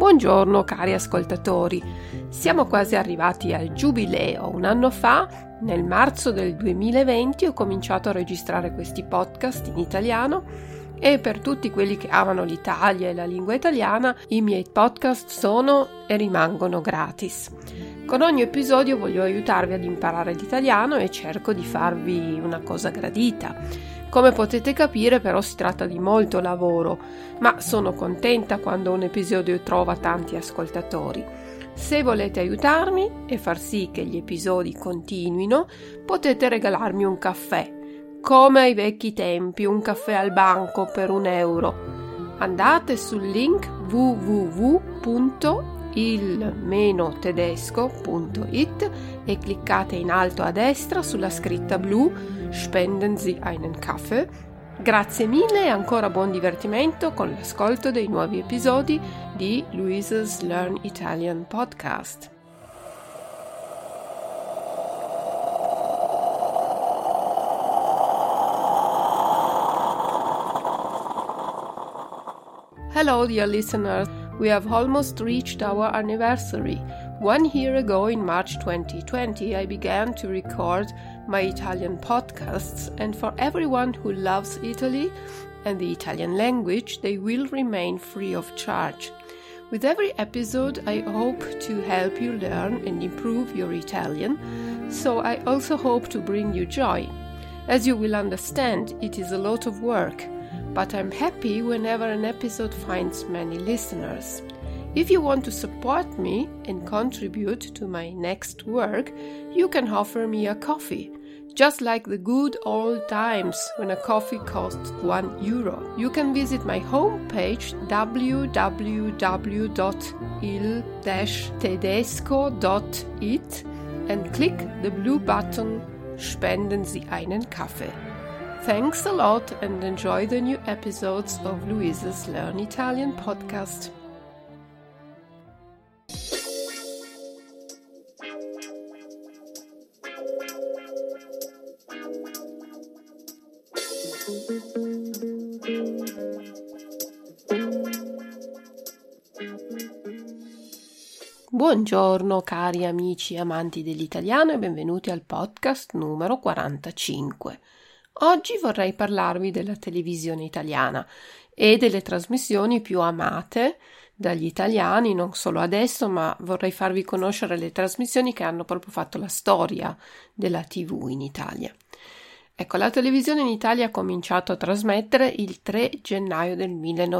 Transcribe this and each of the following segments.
Buongiorno cari ascoltatori, siamo quasi arrivati al giubileo. Un anno fa, nel marzo del 2020, ho cominciato a registrare questi podcast in italiano e per tutti quelli che amano l'Italia e la lingua italiana, i miei podcast sono e rimangono gratis. Con ogni episodio voglio aiutarvi ad imparare l'italiano e cerco di farvi una cosa gradita. Come potete capire, però, si tratta di molto lavoro, ma sono contenta quando un episodio trova tanti ascoltatori. Se volete aiutarmi e far sì che gli episodi continuino, potete regalarmi un caffè, come ai vecchi tempi, un caffè al banco per €1. Andate sul link www.il-tedesco.it e cliccate in alto a destra sulla scritta blu Spenden Sie einen Kaffee. Grazie mille e ancora buon divertimento con l'ascolto dei nuovi episodi di Louisa's Learn Italian podcast. Hello dear listeners, we have almost reached our anniversary. 1 year ago in March 2020 I began to record my Italian podcasts, and for everyone who loves Italy and the Italian language, they will remain free of charge. With every episode I hope to help you learn and improve your Italian, so I also hope to bring you joy. As you will understand, it is a lot of work, but I'm happy whenever an episode finds many listeners. If you want to support me and contribute to my next work, you can offer me a coffee, just like the good old times when a coffee cost €1. You can visit my homepage www.il-tedesco.it and click the blue button Spenden Sie einen Kaffee. Thanks a lot and enjoy the new episodes of Louisa's Learn Italian podcast. Buongiorno cari amici e amanti dell'italiano e benvenuti al podcast numero 45. Oggi vorrei parlarvi della televisione italiana e delle trasmissioni più amate dagli italiani, non solo adesso, ma vorrei farvi conoscere le trasmissioni che hanno proprio fatto la storia della TV in Italia. Ecco, la televisione in Italia ha cominciato a trasmettere il 3 gennaio del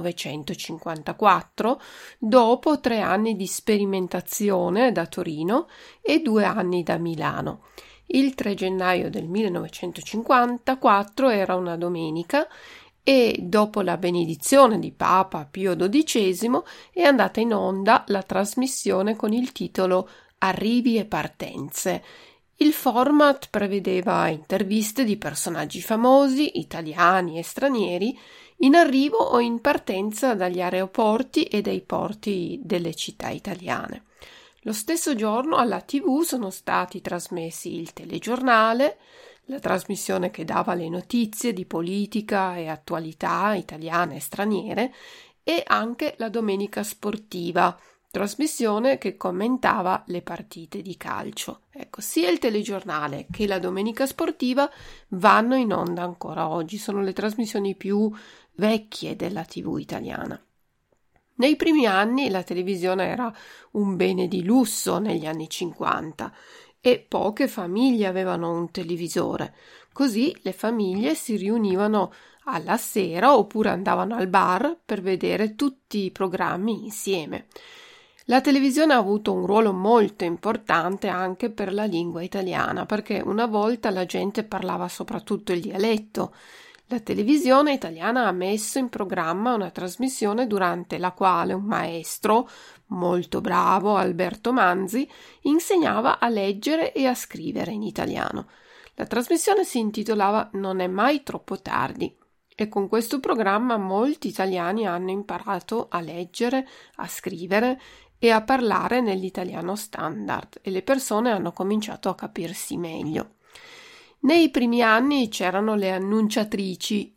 1954, dopo 3 anni di sperimentazione da Torino e 2 anni da Milano. Il 3 gennaio del 1954 era una domenica e dopo la benedizione di Papa Pio XII è andata in onda la trasmissione con il titolo Arrivi e partenze. Il format prevedeva interviste di personaggi famosi, italiani e stranieri, in arrivo o in partenza dagli aeroporti e dai porti delle città italiane. Lo stesso giorno alla TV sono stati trasmessi il telegiornale, la trasmissione che dava le notizie di politica e attualità italiane e straniere, e anche la Domenica Sportiva, trasmissione che commentava le partite di calcio. Ecco, sia il telegiornale che la Domenica Sportiva vanno in onda ancora oggi, sono le trasmissioni più vecchie della TV italiana. Nei primi anni la televisione era un bene di lusso negli anni 50 e poche famiglie avevano un televisore. Così le famiglie si riunivano alla sera oppure andavano al bar per vedere tutti i programmi insieme. La televisione ha avuto un ruolo molto importante anche per la lingua italiana, perché una volta la gente parlava soprattutto il dialetto. La televisione italiana ha messo in programma una trasmissione durante la quale un maestro, molto bravo, Alberto Manzi, insegnava a leggere e a scrivere in italiano. La trasmissione si intitolava Non è mai troppo tardi e con questo programma molti italiani hanno imparato a leggere, a scrivere e a parlare nell'italiano standard e le persone hanno cominciato a capirsi meglio. Nei primi anni c'erano le annunciatrici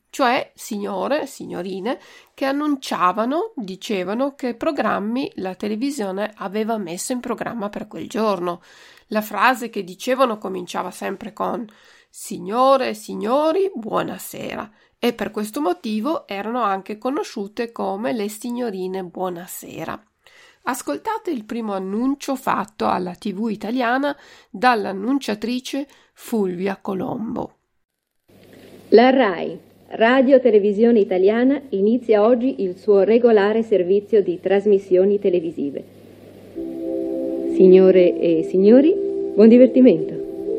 cioè signore, signorine, che annunciavano, dicevano che programmi la televisione aveva messo in programma per quel giorno. La frase che dicevano cominciava sempre con signore e signori, buonasera, e per questo motivo erano anche conosciute come le signorine buonasera. Ascoltate il primo annuncio fatto alla TV italiana dall'annunciatrice Fulvia Colombo. La RAI, Radio Televisione Italiana, inizia oggi il suo regolare servizio di trasmissioni televisive. Signore e signori, buon divertimento.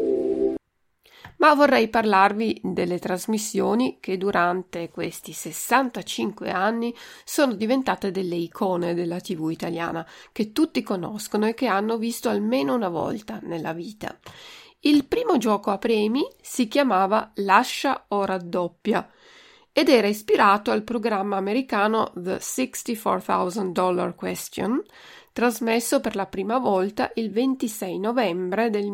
Ma vorrei parlarvi delle trasmissioni che durante questi 65 anni sono diventate delle icone della TV italiana, che tutti conoscono e che hanno visto almeno una volta nella vita. Il primo gioco a premi si chiamava Lascia o raddoppia ed era ispirato al programma americano The $64,000 Question, trasmesso per la prima volta il 26 novembre del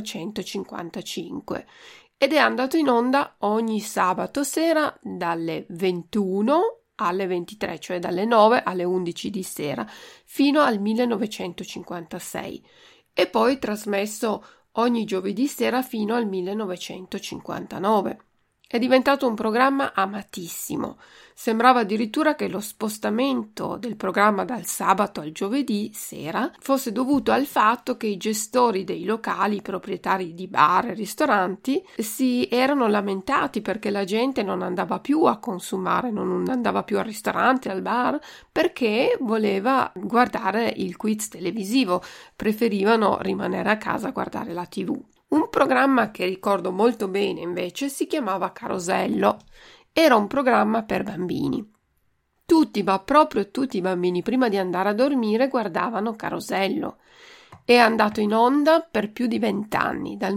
1955 ed è andato in onda ogni sabato sera dalle 21 alle 23, cioè dalle 9 alle 11 di sera, fino al 1956 e poi trasmesso ogni giovedì sera fino al 1959. È diventato un programma amatissimo. Sembrava addirittura che lo spostamento del programma dal sabato al giovedì sera fosse dovuto al fatto che i gestori dei locali, i proprietari di bar e ristoranti, si erano lamentati perché la gente non andava più a consumare, non andava più al ristorante, al bar, perché voleva guardare il quiz televisivo, preferivano rimanere a casa a guardare la TV. Un programma che ricordo molto bene invece si chiamava Carosello. Era un programma per bambini. Tutti, ma proprio tutti i bambini prima di andare a dormire guardavano Carosello. È andato in onda per più di 20 anni, dal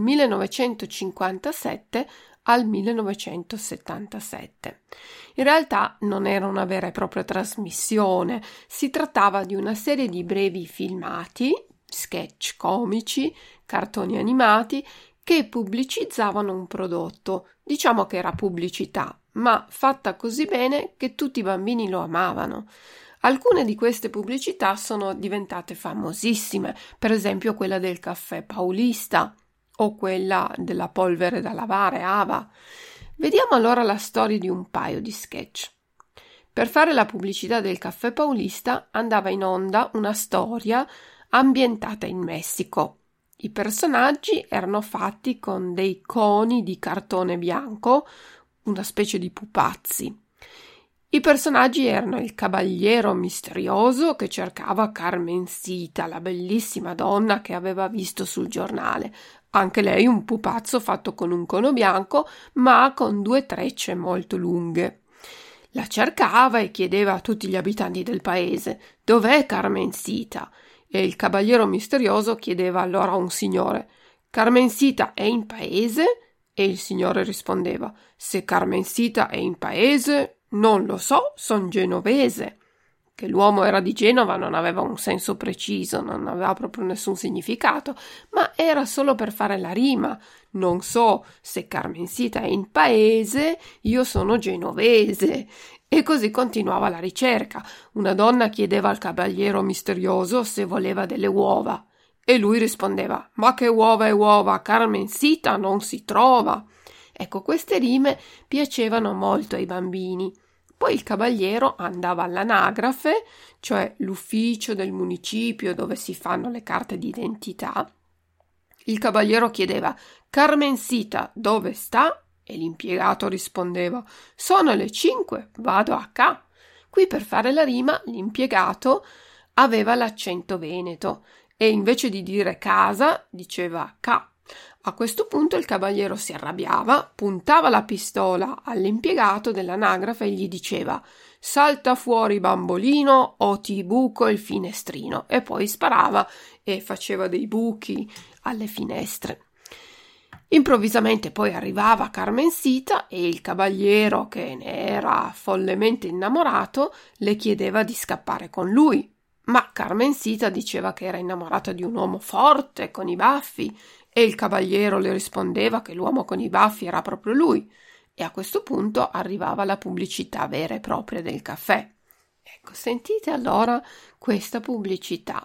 1957 al 1977. In realtà non era una vera e propria trasmissione, si trattava di una serie di brevi filmati, sketch comici, cartoni animati che pubblicizzavano un prodotto. Diciamo che era pubblicità, ma fatta così bene che tutti i bambini lo amavano. Alcune di queste pubblicità sono diventate famosissime, per esempio quella del caffè Paulista o quella della polvere da lavare Ava. Vediamo allora la storia di un paio di sketch. Per fare la pubblicità del caffè Paulista andava in onda una storia ambientata in Messico. I personaggi erano fatti con dei coni di cartone bianco, una specie di pupazzi. I personaggi erano il cavaliere misterioso che cercava Carmencita, la bellissima donna che aveva visto sul giornale. Anche lei un pupazzo fatto con un cono bianco, ma con 2 trecce molto lunghe. La cercava e chiedeva a tutti gli abitanti del paese: «Dov'è Carmencita?» E il cavaliere misterioso chiedeva allora a un signore: «Carmencita è in paese?» E il signore rispondeva: «Se Carmencita è in paese, non lo so, son genovese». Che l'uomo era di Genova non aveva un senso preciso, non aveva proprio nessun significato, ma era solo per fare la rima. Non so se Carmencita è in paese, io sono genovese. E così continuava la ricerca. Una donna chiedeva al cavaliere misterioso se voleva delle uova. E lui rispondeva: «Ma che uova e uova, Carmencita non si trova». Ecco, queste rime piacevano molto ai bambini. Poi il cavaliere andava all'anagrafe, cioè l'ufficio del municipio dove si fanno le carte d'identità. Il cavaliere chiedeva: «Carmencita, dove sta?» E l'impiegato rispondeva: «Sono le 5, vado a ca». Qui per fare la rima l'impiegato aveva l'accento veneto e invece di dire casa diceva ca. A questo punto il cavaliere si arrabbiava, puntava la pistola all'impiegato dell'anagrafe e gli diceva: «Salta fuori bambolino o ti buco il finestrino», e poi sparava e faceva dei buchi alle finestre. Improvvisamente poi arrivava Carmencita e il cavaliere, che ne era follemente innamorato, le chiedeva di scappare con lui. Ma Carmencita diceva che era innamorata di un uomo forte, con i baffi, e il cavaliere le rispondeva che l'uomo con i baffi era proprio lui. e a questo punto arrivava la pubblicità vera e propria del caffè. Ecco, sentite allora questa pubblicità.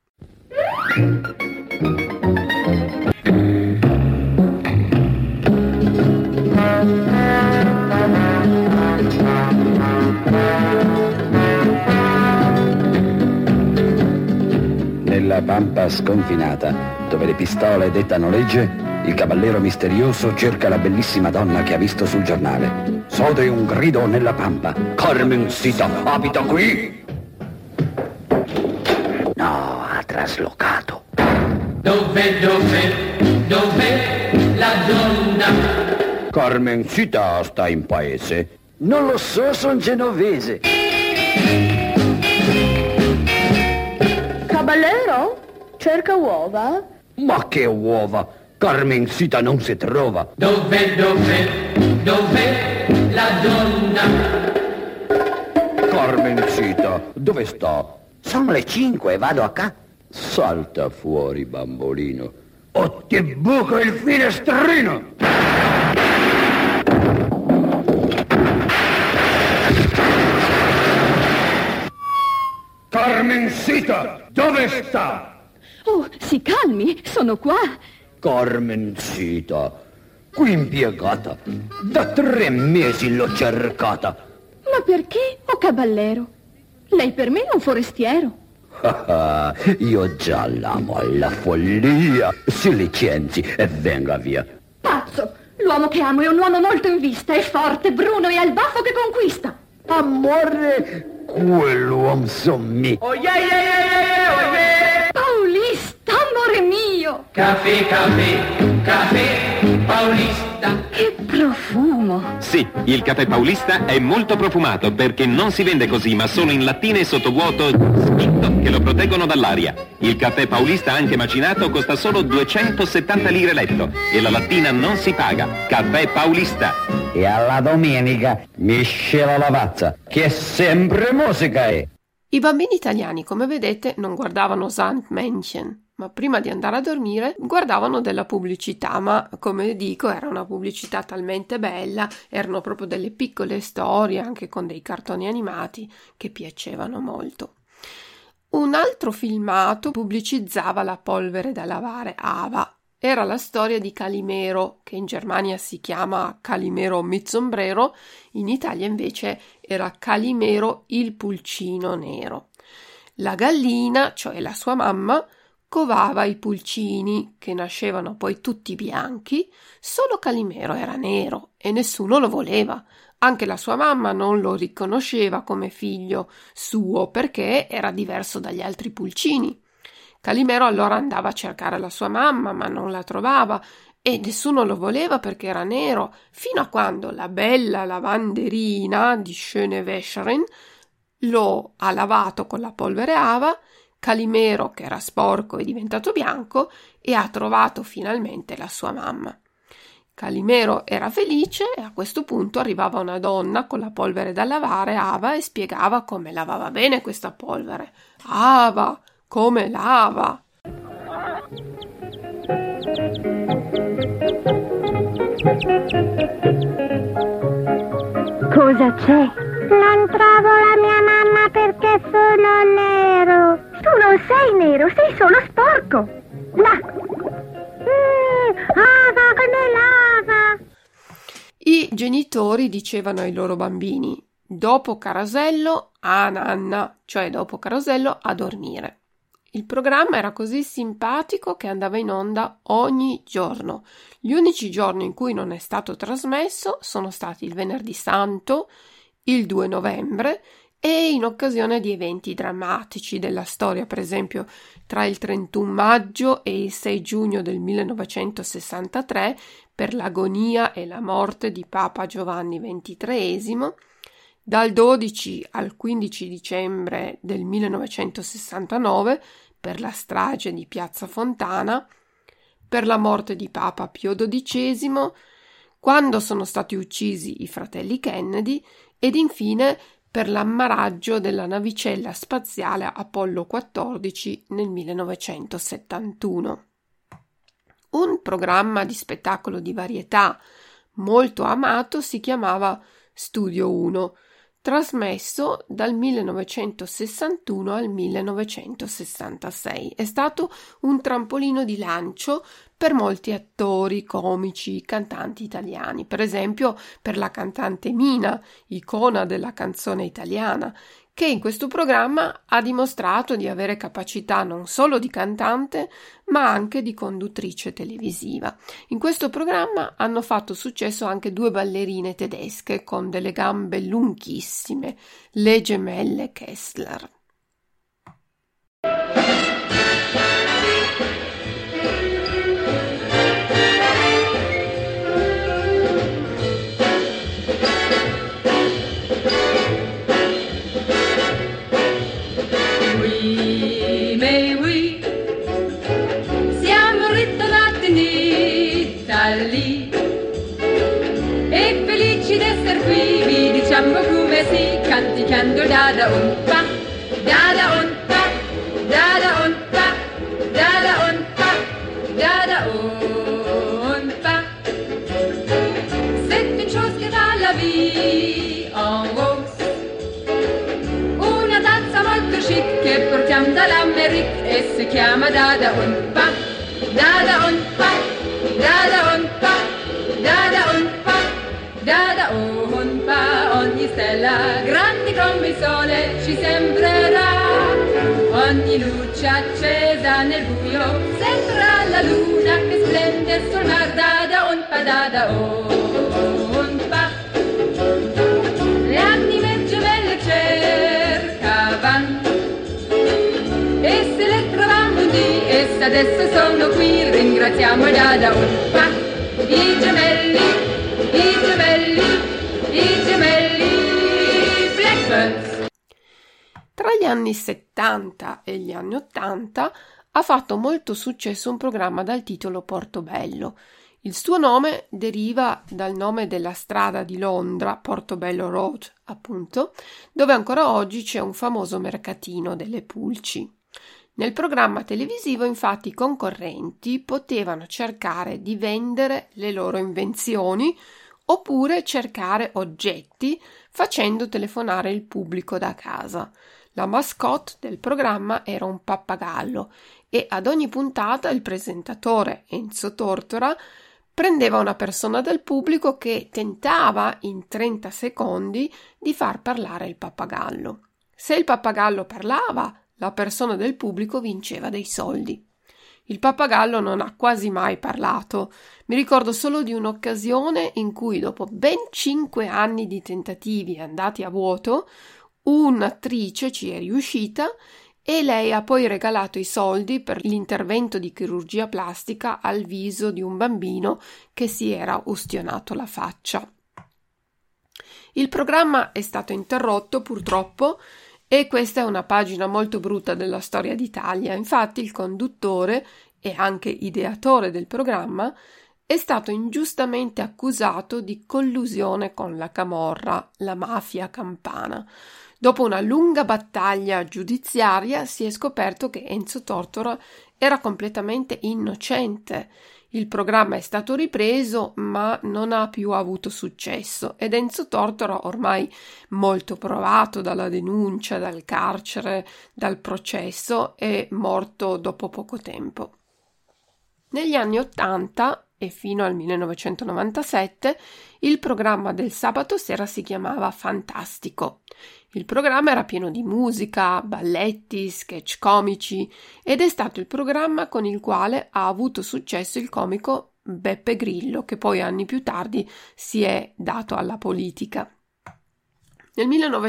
Nella pampa sconfinata, dove le pistole dettano legge, il cavaliere misterioso cerca la bellissima donna che ha visto sul giornale. Sode un grido nella pampa. Carmencita, abita qui? No, ha traslocato. Dove la donna? Carmencita sta in paese. Non lo so, son genovese. Caballero? Cerca uova? Ma che uova? Carmencita non si trova. Dove la donna? Carmencita, dove sta? Sono le 5, vado a casa. Salta fuori, bambolino, o ti buco il finestrino! Carmencita, dove sta? Oh, si calmi, sono qua. Carmencita, qui impiegata. Da 3 mesi l'ho cercata. Ma perché, oh caballero? Lei per me è un forestiero. Io già l'amo alla follia. Si licenzi e venga via. Pazzo! L'uomo che amo è un uomo molto in vista, è forte, bruno e ha il baffo che conquista. Amore, quell'uomo son me. Oh yeah, yeah, yeah, yeah, oh yeah. Paulista, amore mio! Caffè, Paulista. Che profumo! Sì, il caffè Paulista è molto profumato perché non si vende così, ma solo in lattine sottovuoto spinto che lo proteggono dall'aria. Il caffè Paulista anche macinato costa solo 270 lire letto e la lattina non si paga. Caffè Paulista. E alla domenica miscela la lavazza, che sempre musica è. I bambini italiani, come vedete, non guardavano Sandmännchen, ma prima di andare a dormire guardavano della pubblicità, ma come dico era una pubblicità talmente bella, erano proprio delle piccole storie anche con dei cartoni animati che piacevano molto. Un altro filmato pubblicizzava la polvere da lavare Ava. Era la storia di Calimero, che in Germania si chiama Calimero mit sombrero, in Italia invece era Calimero il pulcino nero. La gallina, cioè la sua mamma, covava i pulcini, che nascevano poi tutti bianchi, solo Calimero era nero e nessuno lo voleva. Anche la sua mamma non lo riconosceva come figlio suo perché era diverso dagli altri pulcini. Calimero allora andava a cercare la sua mamma, ma non la trovava e nessuno lo voleva perché era nero, fino a quando la bella lavanderina di Schönewescherin lo ha lavato con la polvere Ava. Calimero, che era sporco, è diventato bianco e ha trovato finalmente la sua mamma. Calimero era felice e a questo punto arrivava una donna con la polvere da lavare, Ava, e spiegava come lavava bene questa polvere. Ava, come lava! Cosa c'è? Non trovo la mia mamma perché sono nero. Tu non sei nero, sei solo sporco. Là! Ava, come lava! I genitori dicevano ai loro bambini: dopo Carosello a nanna, cioè dopo Carosello a dormire. Il programma era così simpatico che andava in onda ogni giorno. Gli unici giorni in cui non è stato trasmesso sono stati il Venerdì Santo, il 2 novembre e in occasione di eventi drammatici della storia, per esempio tra il 31 maggio e il 6 giugno del 1963 per l'agonia e la morte di Papa Giovanni XXIII, dal 12 al 15 dicembre del 1969 per la strage di Piazza Fontana, per la morte di Papa Pio XII, quando sono stati uccisi i fratelli Kennedy ed infine per l'ammaraggio della navicella spaziale Apollo 14 nel 1971. Un programma di spettacolo di varietà molto amato, si chiamava Studio 1, trasmesso dal 1961 al 1966. È stato un trampolino di lancio per molti attori, comici, cantanti italiani, per esempio per la cantante Mina, icona della canzone italiana, che in questo programma ha dimostrato di avere capacità non solo di cantante, ma anche di conduttrice televisiva. In questo programma hanno fatto successo anche due ballerine tedesche con delle gambe lunghissime, le gemelle Kessler. Come si canticando dada un pa, dada un pa, dada un pa, dada un pa, dada un pa. C'est une chose qui va la vie en rose, una danza molto chic che portiamo dall'America e si chiama dada un pa, dada un pa, dada un pa, dada un pa, dada un pa. Ogni stella grande come il sole ci sembrerà, ogni luce accesa nel buio sembrerà la luna che splende sul mar. Dada un pa, dada un pa. Le anime gemelle cercavano e se le trovammo lì, e se adesso sono qui ringraziamo dada un pa. I gemelli, i gemelli, i gemelli Blackbirds. Tra gli anni 70 e gli anni 80 ha fatto molto successo un programma dal titolo Portobello. Il suo nome deriva dal nome della strada di Londra, Portobello Road, appunto, dove ancora oggi c'è un famoso mercatino delle pulci. Nel programma televisivo, infatti, i concorrenti potevano cercare di vendere le loro invenzioni oppure cercare oggetti facendo telefonare il pubblico da casa. La mascotte del programma era un pappagallo e ad ogni puntata il presentatore Enzo Tortora prendeva una persona del pubblico che tentava in 30 secondi di far parlare il pappagallo. Se il pappagallo parlava, la persona del pubblico vinceva dei soldi. Il pappagallo non ha quasi mai parlato. Mi ricordo solo di un'occasione in cui, dopo ben 5 anni di tentativi andati a vuoto, un'attrice ci è riuscita e lei ha poi regalato i soldi per l'intervento di chirurgia plastica al viso di un bambino che si era ustionato la faccia. Il programma è stato interrotto purtroppo e questa è una pagina molto brutta della storia d'Italia. Infatti il conduttore e anche ideatore del programma è stato ingiustamente accusato di collusione con la camorra, la mafia campana. Dopo una lunga battaglia giudiziaria si è scoperto che Enzo Tortora era completamente innocente. Il programma è stato ripreso, ma non ha più avuto successo ed Enzo Tortora, ormai molto provato dalla denuncia, dal carcere, dal processo, è morto dopo poco tempo. Negli anni 80 e fino al 1997 il programma del sabato sera si chiamava Fantastico. Il programma era pieno di musica, balletti, sketch comici ed è stato il programma con il quale ha avuto successo il comico Beppe Grillo, che poi anni più tardi si è dato alla politica. Nel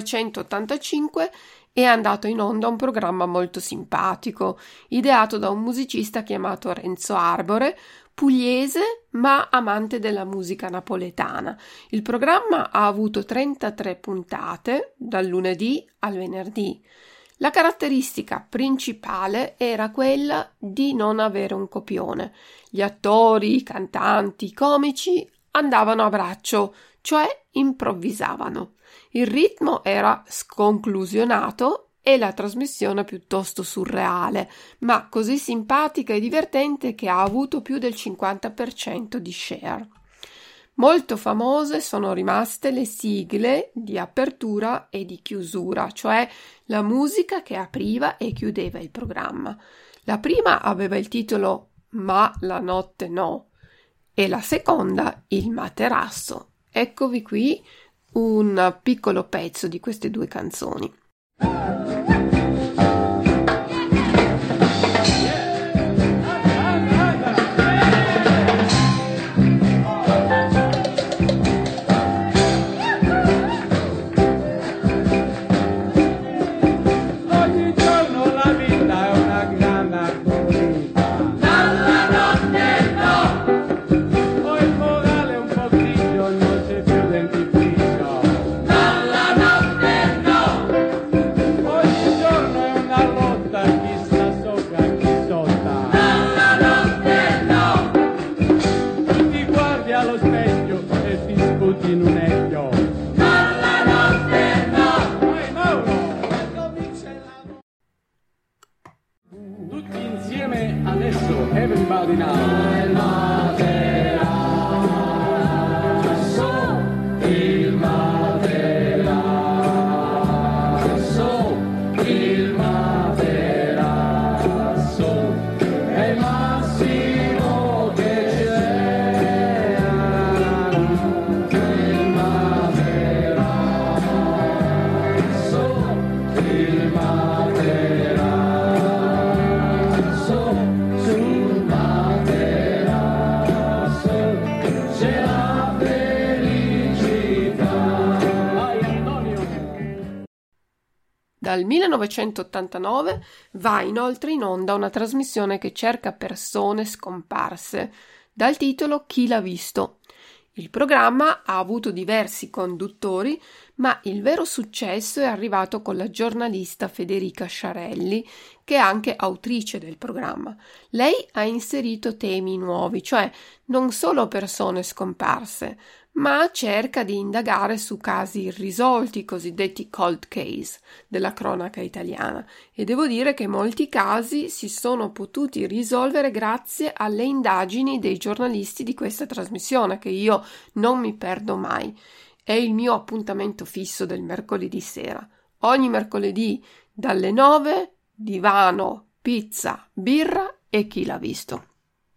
1985 è andato in onda un programma molto simpatico, ideato da un musicista chiamato Renzo Arbore, pugliese ma amante della musica napoletana. Il programma ha avuto 33 puntate, dal lunedì al venerdì. La caratteristica principale era quella di non avere un copione. Gli attori, i cantanti, i comici andavano a braccio, cioè improvvisavano. Il ritmo era sconclusionato e la trasmissione piuttosto surreale, ma così simpatica e divertente che ha avuto più del 50% di share. Molto famose sono rimaste le sigle di apertura e di chiusura, cioè la musica che apriva e chiudeva il programma. La prima aveva il titolo Ma la notte no e la seconda Il materasso. Eccovi qui un piccolo pezzo di queste due canzoni. Everybody now. Il materasso, il materasso, il materasso è il massimo che c'è. Il materasso, il materasso. Dal 1989 va inoltre in onda una trasmissione che cerca persone scomparse, dal titolo Chi l'ha visto. Il programma ha avuto diversi conduttori, ma il vero successo è arrivato con la giornalista Federica Sciarelli, che è anche autrice del programma. Lei ha inserito temi nuovi, cioè non solo persone scomparse, ma cerca di indagare su casi irrisolti, cosiddetti cold case, della cronaca italiana. E devo dire che molti casi si sono potuti risolvere grazie alle indagini dei giornalisti di questa trasmissione, che io non mi perdo mai. È il mio appuntamento fisso del mercoledì sera. Ogni mercoledì dalle 9, divano, pizza, birra e Chi l'ha visto.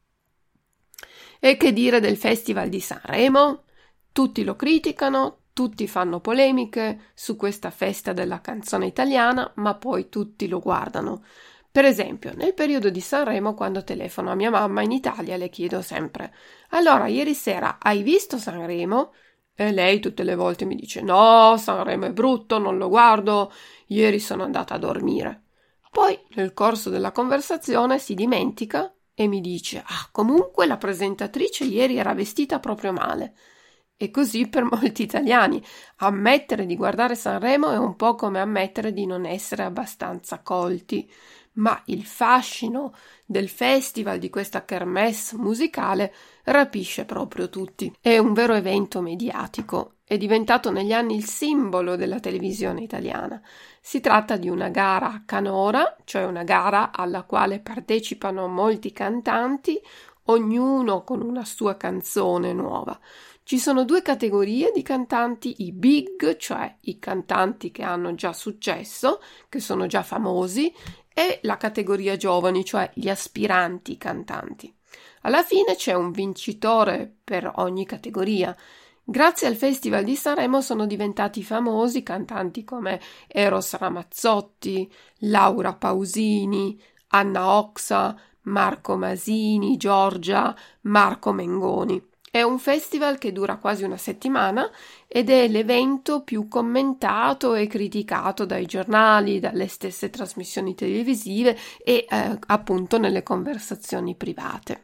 E che dire del Festival di Sanremo? Tutti lo criticano, tutti fanno polemiche su questa festa della canzone italiana, ma poi tutti lo guardano. Per esempio, nel periodo di Sanremo, quando telefono a mia mamma in Italia, le chiedo sempre: allora, ieri sera hai visto Sanremo? E lei tutte le volte mi dice: no, Sanremo è brutto, non lo guardo, ieri sono andata a dormire. Poi, nel corso della conversazione, si dimentica e mi dice: comunque la presentatrice ieri era vestita proprio male. E così per molti italiani ammettere di guardare Sanremo è un po' come ammettere di non essere abbastanza colti, ma il fascino del festival, di questa kermesse musicale, rapisce proprio tutti. È un vero evento mediatico, è diventato negli anni il simbolo della televisione italiana. Si tratta di una gara a canora, cioè una gara alla quale partecipano molti cantanti, ognuno con una sua canzone nuova. Ci sono due categorie di cantanti: i big, cioè i cantanti che hanno già successo, che sono già famosi, e la categoria giovani, cioè gli aspiranti cantanti. Alla fine c'è un vincitore per ogni categoria. Grazie al Festival di Sanremo sono diventati famosi cantanti come Eros Ramazzotti, Laura Pausini, Anna Oxa, Marco Masini, Giorgia, Marco Mengoni. È un festival che dura quasi una settimana ed è l'evento più commentato e criticato dai giornali, dalle stesse trasmissioni televisive e appunto nelle conversazioni private.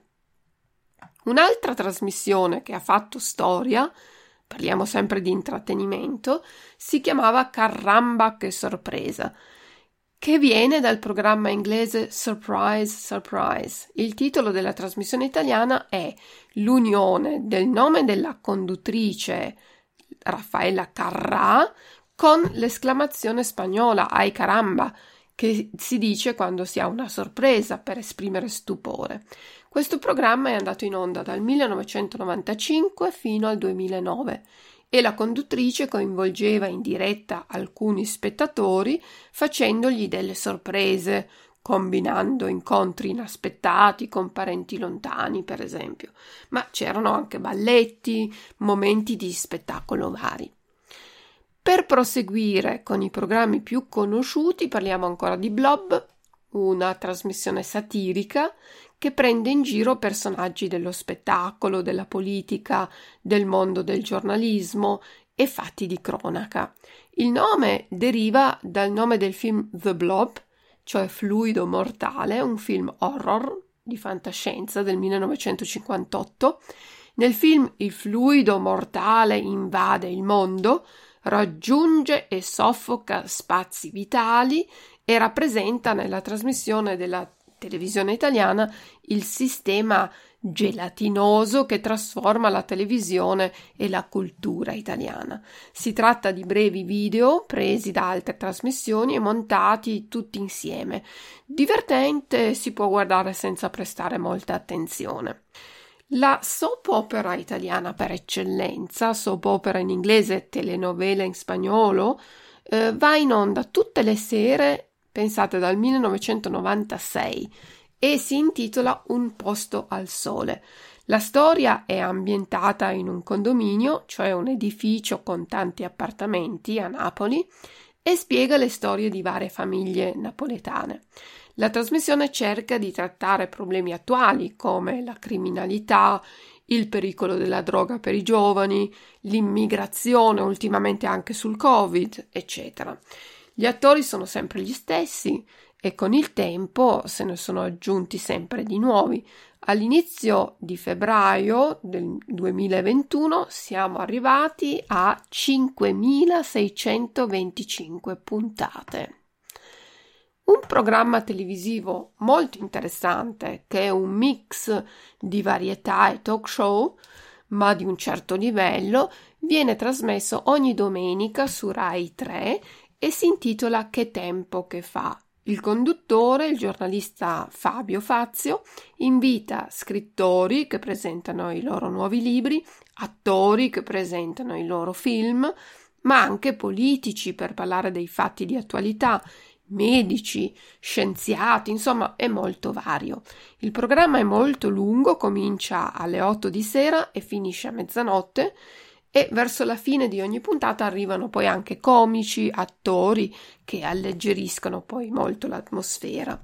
Un'altra trasmissione che ha fatto storia, parliamo sempre di intrattenimento, si chiamava Caramba che sorpresa, che viene dal programma inglese Surprise, Surprise. Il titolo della trasmissione italiana è l'unione del nome della conduttrice Raffaella Carrà con l'esclamazione spagnola "ay caramba", che si dice quando si ha una sorpresa per esprimere stupore. Questo programma è andato in onda dal 1995 fino al 2009 e la conduttrice coinvolgeva in diretta alcuni spettatori facendogli delle sorprese, combinando incontri inaspettati con parenti lontani, per esempio, ma c'erano anche balletti, momenti di spettacolo vari. Per proseguire con i programmi più conosciuti parliamo ancora di Blob, una trasmissione satirica che prende in giro personaggi dello spettacolo, della politica, del mondo del giornalismo e fatti di cronaca. Il nome deriva dal nome del film The Blob, cioè Fluido mortale, un film horror di fantascienza del 1958. Nel film il fluido mortale invade il mondo, raggiunge e soffoca spazi vitali e rappresenta nella trasmissione della televisione italiana il sistema gelatinoso che trasforma la televisione e la cultura italiana. Si tratta di brevi video presi da altre trasmissioni e montati tutti insieme. Divertente, si può guardare senza prestare molta attenzione. La soap opera italiana per eccellenza, soap opera in inglese, telenovela in spagnolo, va in onda tutte le sere, pensate dal 1996, e si intitola Un posto al sole. La storia è ambientata in un condominio, cioè un edificio con tanti appartamenti a Napoli, e spiega le storie di varie famiglie napoletane. La trasmissione cerca di trattare problemi attuali come la criminalità, il pericolo della droga per i giovani, l'immigrazione, ultimamente anche sul Covid, eccetera. Gli attori sono sempre gli stessi e con il tempo se ne sono aggiunti sempre di nuovi. All'inizio di febbraio del 2021 siamo arrivati a 5.625 puntate. Un programma televisivo molto interessante che è un mix di varietà e talk show, ma di un certo livello, viene trasmesso ogni domenica su Rai 3 e si intitola Che tempo che fa. Il conduttore, il giornalista Fabio Fazio, invita scrittori che presentano i loro nuovi libri, attori che presentano i loro film, ma anche politici per parlare dei fatti di attualità, medici, scienziati, insomma è molto vario. Il programma è molto lungo, comincia alle 8 di sera e finisce a mezzanotte e verso la fine di ogni puntata arrivano poi anche comici, attori che alleggeriscono poi molto l'atmosfera.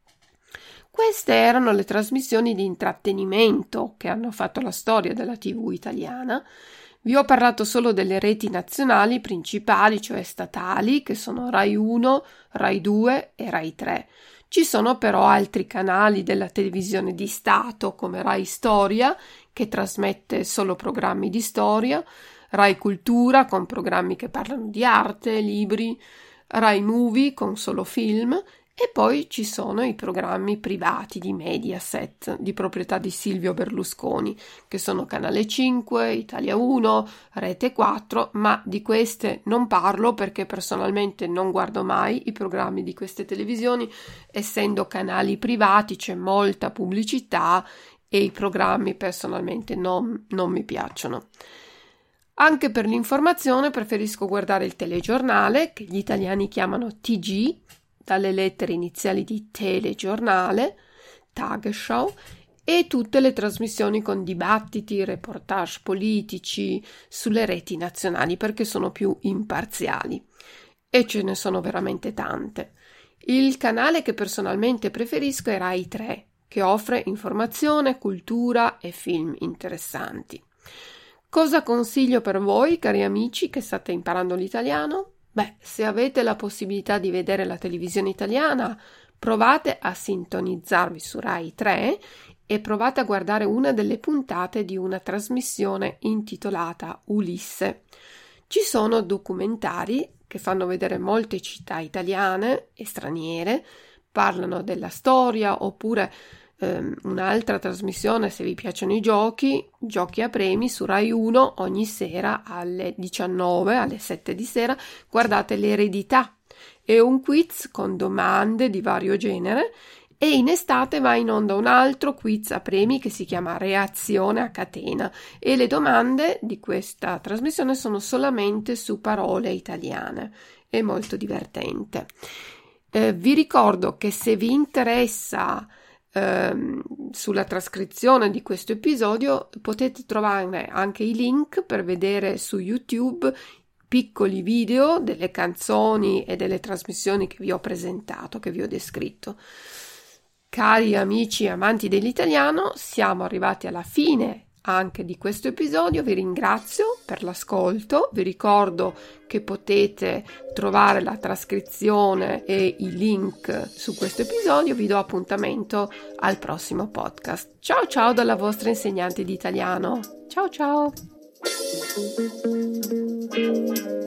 Queste erano le trasmissioni di intrattenimento che hanno fatto la storia della TV italiana. Vi ho parlato solo delle reti nazionali principali, cioè statali, che sono Rai 1, Rai 2 e Rai 3. Ci sono però altri canali della televisione di Stato, come Rai Storia, che trasmette solo programmi di storia, Rai Cultura, con programmi che parlano di arte, libri, Rai Movie, con solo film, e poi ci sono i programmi privati di Mediaset, di proprietà di Silvio Berlusconi, che sono Canale 5, Italia 1, Rete 4, ma di queste non parlo perché personalmente non guardo mai i programmi di queste televisioni, essendo canali privati c'è molta pubblicità e i programmi personalmente non mi piacciono. Anche per l'informazione preferisco guardare il telegiornale, che gli italiani chiamano TG, dalle lettere iniziali di telegiornale, Tagesschau, e tutte le trasmissioni con dibattiti, reportage politici sulle reti nazionali perché sono più imparziali. E ce ne sono veramente tante. Il canale che personalmente preferisco è Rai 3, che offre informazione, cultura e film interessanti. Cosa consiglio per voi, cari amici, che state imparando l'italiano? Beh, se avete la possibilità di vedere la televisione italiana, provate a sintonizzarvi su Rai 3 e provate a guardare una delle puntate di una trasmissione intitolata Ulisse. Ci sono documentari che fanno vedere molte città italiane e straniere, parlano della storia, oppure un'altra trasmissione, se vi piacciono i giochi a premi su Rai 1 ogni sera alle 19, alle 7 di sera, guardate l'eredità. è un quiz con domande di vario genere e in estate va in onda un altro quiz a premi che si chiama Reazione a catena e le domande di questa trasmissione sono solamente su parole italiane. È molto divertente. Vi ricordo che se vi interessa sulla trascrizione di questo episodio potete trovare anche i link per vedere su YouTube piccoli video delle canzoni e delle trasmissioni che vi ho presentato, che vi ho descritto. Cari amici amanti dell'italiano, siamo arrivati alla fine anche di questo episodio. Vi ringrazio per l'ascolto, vi ricordo che potete trovare la trascrizione e i link su questo episodio. Vi do appuntamento al prossimo podcast. Ciao ciao dalla vostra insegnante di italiano. Ciao ciao.